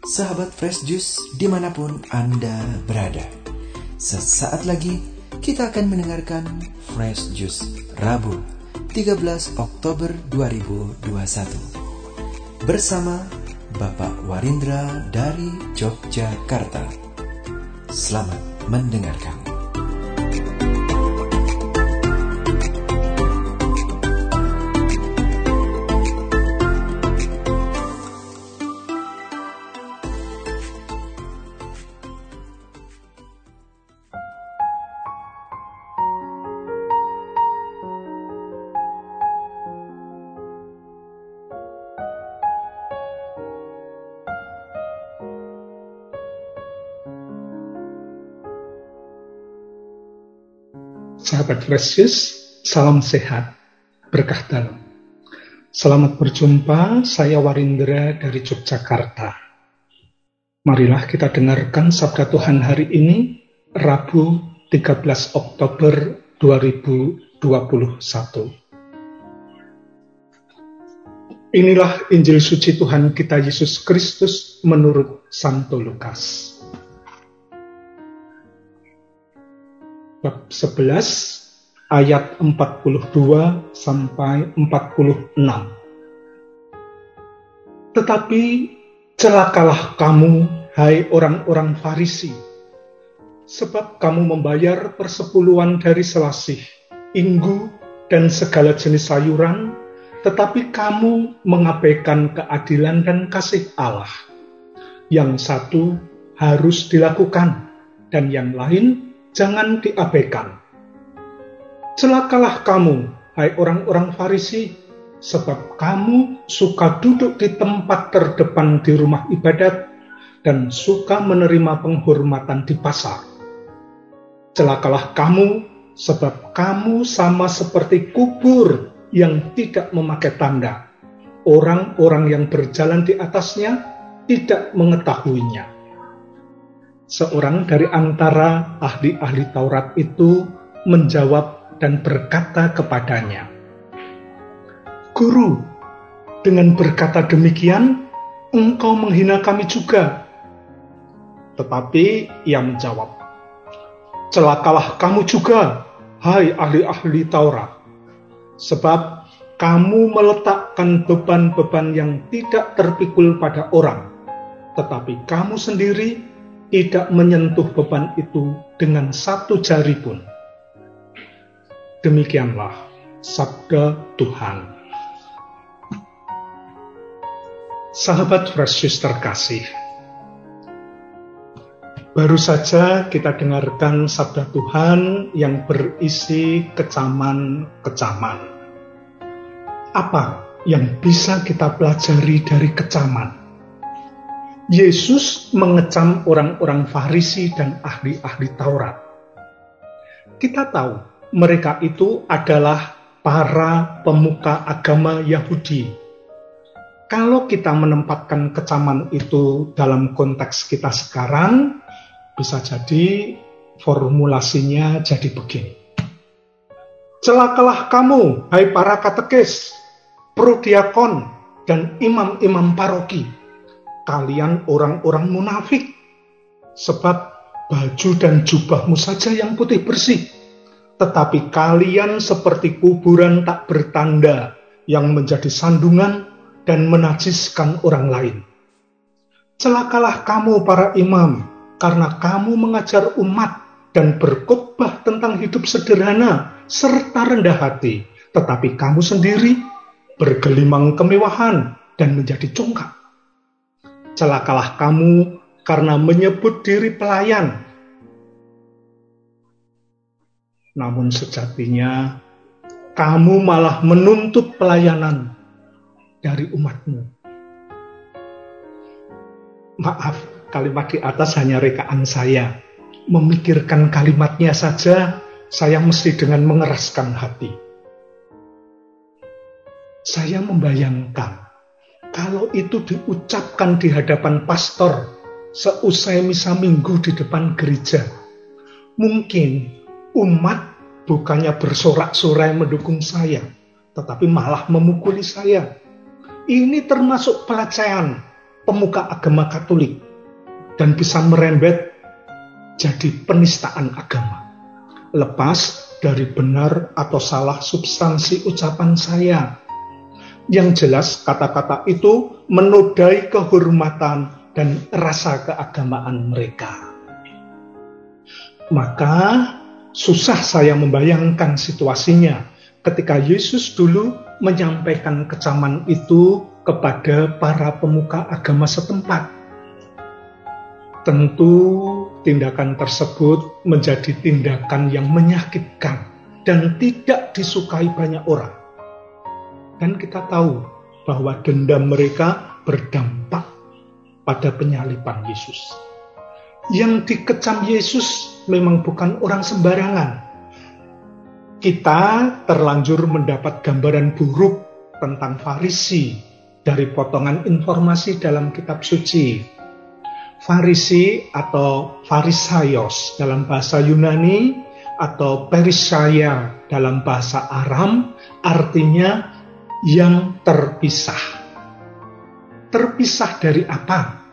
sahabat Fresh Juice dimanapun Anda berada. Sesaat lagi kita akan mendengarkan Fresh Juice Rabu 13 Oktober 2021 bersama Bapak Warindra dari Yogyakarta. Selamat mendengarkan. Sahabat Fresh Juice, salam sehat, berkah dalam. Selamat berjumpa, saya Warindra dari Yogyakarta. Marilah kita dengarkan sabda Tuhan hari ini, Rabu 13 Oktober 2021. Inilah Injil suci Tuhan kita Yesus Kristus menurut Santo Lukas. Bab 11 ayat 42 sampai 46. Tetapi celakalah kamu, hai orang-orang Farisi, sebab kamu membayar persepuluhan dari selasih, inggu, dan segala jenis sayuran, tetapi kamu mengabaikan keadilan dan kasih Allah. Yang satu harus dilakukan, dan yang lain jangan diabaikan. Celakalah kamu, hai orang-orang Farisi, sebab kamu suka duduk di tempat terdepan di rumah ibadat dan suka menerima penghormatan di pasar. Celakalah kamu, sebab kamu sama seperti kubur yang tidak memakai tanda. Orang-orang yang berjalan di atasnya tidak mengetahuinya. Seorang dari antara ahli-ahli Taurat itu menjawab dan berkata kepadanya, "Guru, dengan berkata demikian, engkau menghina kami juga." Tetapi ia menjawab, "Celakalah kamu juga, hai ahli-ahli Taurat, sebab kamu meletakkan beban-beban yang tidak terpikul pada orang, tetapi kamu sendiri tidak menyentuh beban itu dengan satu jari pun." Demikianlah sabda Tuhan. Sahabat Fresh Juice terkasih, baru saja kita dengarkan sabda Tuhan yang berisi kecaman-kecaman. Apa yang bisa kita pelajari dari kecaman? Yesus mengecam orang-orang Farisi dan ahli-ahli Taurat. Kita tahu mereka itu adalah para pemuka agama Yahudi. Kalau kita menempatkan kecaman itu dalam konteks kita sekarang, bisa jadi formulasinya jadi begini. Celakalah kamu, hai para katekis, prodiakon, dan imam-imam paroki, kalian orang-orang munafik, sebab baju dan jubahmu saja yang putih bersih, tetapi kalian seperti kuburan tak bertanda yang menjadi sandungan dan menajiskan orang lain. Celakalah kamu para imam, karena kamu mengajar umat dan berkhotbah tentang hidup sederhana serta rendah hati, tetapi kamu sendiri bergelimang kemewahan dan menjadi congkak. Celakalah kamu karena menyebut diri pelayan, namun sejatinya kamu malah menuntut pelayanan dari umatmu. Maaf, kalimat di atas hanya rekaan saya. Memikirkan kalimatnya saja, saya mesti dengan mengeraskan hati. Saya membayangkan kalau itu diucapkan di hadapan pastor seusai misa minggu di depan gereja, mungkin umat bukannya bersorak-sorai mendukung saya, tetapi malah memukuli saya. Ini termasuk pelecehan pemuka agama Katolik dan bisa merembet jadi penistaan agama. Lepas dari benar atau salah substansi ucapan saya. Yang jelas kata-kata itu menodai kehormatan dan rasa keagamaan mereka. Maka susah saya membayangkan situasinya ketika Yesus dulu menyampaikan kecaman itu kepada para pemuka agama setempat. Tentu tindakan tersebut menjadi tindakan yang menyakitkan dan tidak disukai banyak orang. Dan kita tahu bahwa dendam mereka berdampak pada penyaliban Yesus. Yang dikecam Yesus memang bukan orang sembarangan. Kita terlanjur mendapat gambaran buruk tentang Farisi dari potongan informasi dalam kitab suci. Farisi atau Farisaios dalam bahasa Yunani atau Perisaya dalam bahasa Aram artinya yang terpisah. Terpisah dari apa?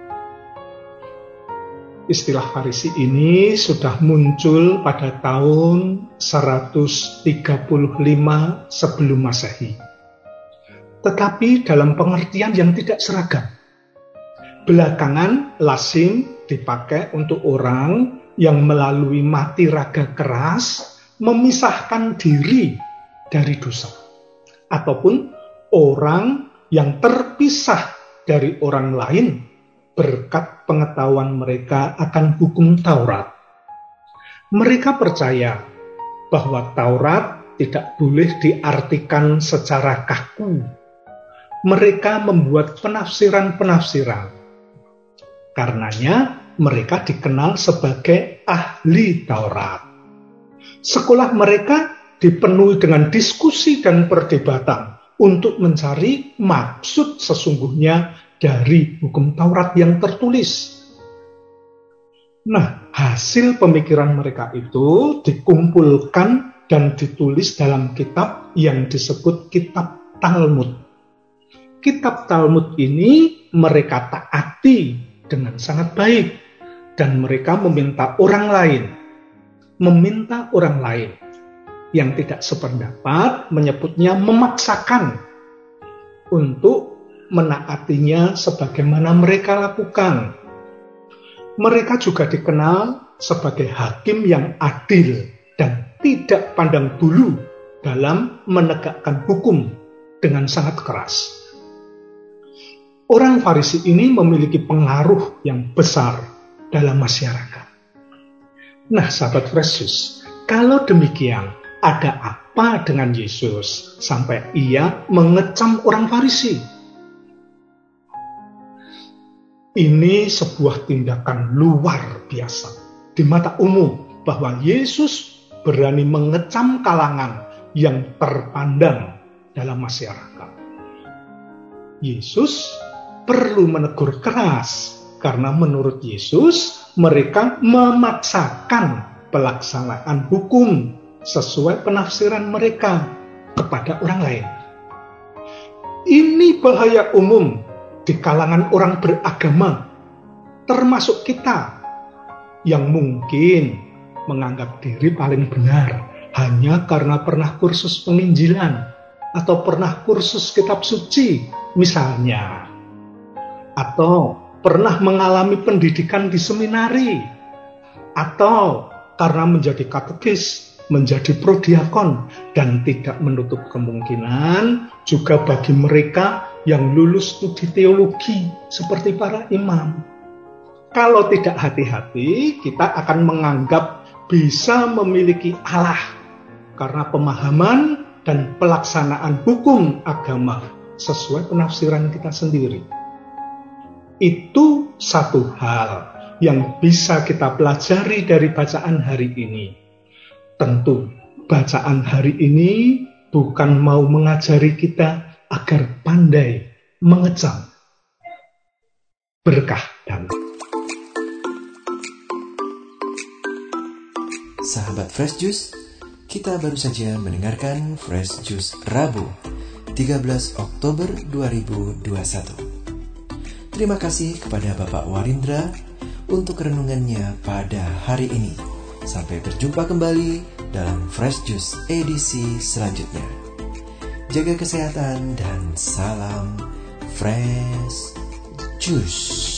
Istilah Farisi ini sudah muncul pada tahun 135 sebelum Masehi. Tetapi dalam pengertian yang tidak seragam. Belakangan lazim dipakai untuk orang yang melalui mati raga keras memisahkan diri dari dosa. Ataupun orang yang terpisah dari orang lain berkat pengetahuan mereka akan hukum Taurat. Mereka percaya bahwa Taurat tidak boleh diartikan secara kaku. Mereka membuat penafsiran-penafsiran. Karenanya mereka dikenal sebagai ahli Taurat. Sekolah mereka dipenuhi dengan diskusi dan perdebatan untuk mencari maksud sesungguhnya dari hukum Taurat yang tertulis. Nah, hasil pemikiran mereka itu dikumpulkan dan ditulis dalam kitab yang disebut kitab Talmud. Kitab Talmud ini mereka taati dengan sangat baik dan mereka meminta orang lain yang tidak sependapat menyebutnya memaksakan untuk menaatinya sebagaimana mereka lakukan. Mereka juga dikenal sebagai hakim yang adil dan tidak pandang bulu dalam menegakkan hukum dengan sangat keras. Orang Farisi ini memiliki pengaruh yang besar dalam masyarakat. Nah, sahabat Fresh Juice, kalau demikian, ada apa dengan Yesus sampai ia mengecam orang Farisi? Ini sebuah tindakan luar biasa di mata umum bahwa Yesus berani mengecam kalangan yang terpandang dalam masyarakat. Yesus perlu menegur keras karena menurut Yesus mereka memaksakan pelaksanaan hukum sesuai penafsiran mereka kepada orang lain. Ini bahaya umum di kalangan orang beragama, termasuk kita yang mungkin menganggap diri paling benar hanya karena pernah kursus penginjilan atau pernah kursus kitab suci misalnya, atau pernah mengalami pendidikan di seminari, atau karena menjadi katekis, menjadi prodiakon, dan tidak menutup kemungkinan juga bagi mereka yang lulus studi teologi seperti para imam. Kalau tidak hati-hati, kita akan menganggap bisa memiliki Allah karena pemahaman dan pelaksanaan hukum agama sesuai penafsiran kita sendiri. Itu satu hal yang bisa kita pelajari dari bacaan hari ini. Tentu, bacaan hari ini bukan mau mengajari kita agar pandai mengecam. Berkah dan Sahabat Fresh Juice, kita baru saja mendengarkan Fresh Juice Rabu, 13 Oktober 2021. Terima kasih kepada Bapak Warindra untuk renungannya pada hari ini. Sampai berjumpa kembali dalam Fresh Juice edisi selanjutnya. Jaga kesehatan dan salam Fresh Juice.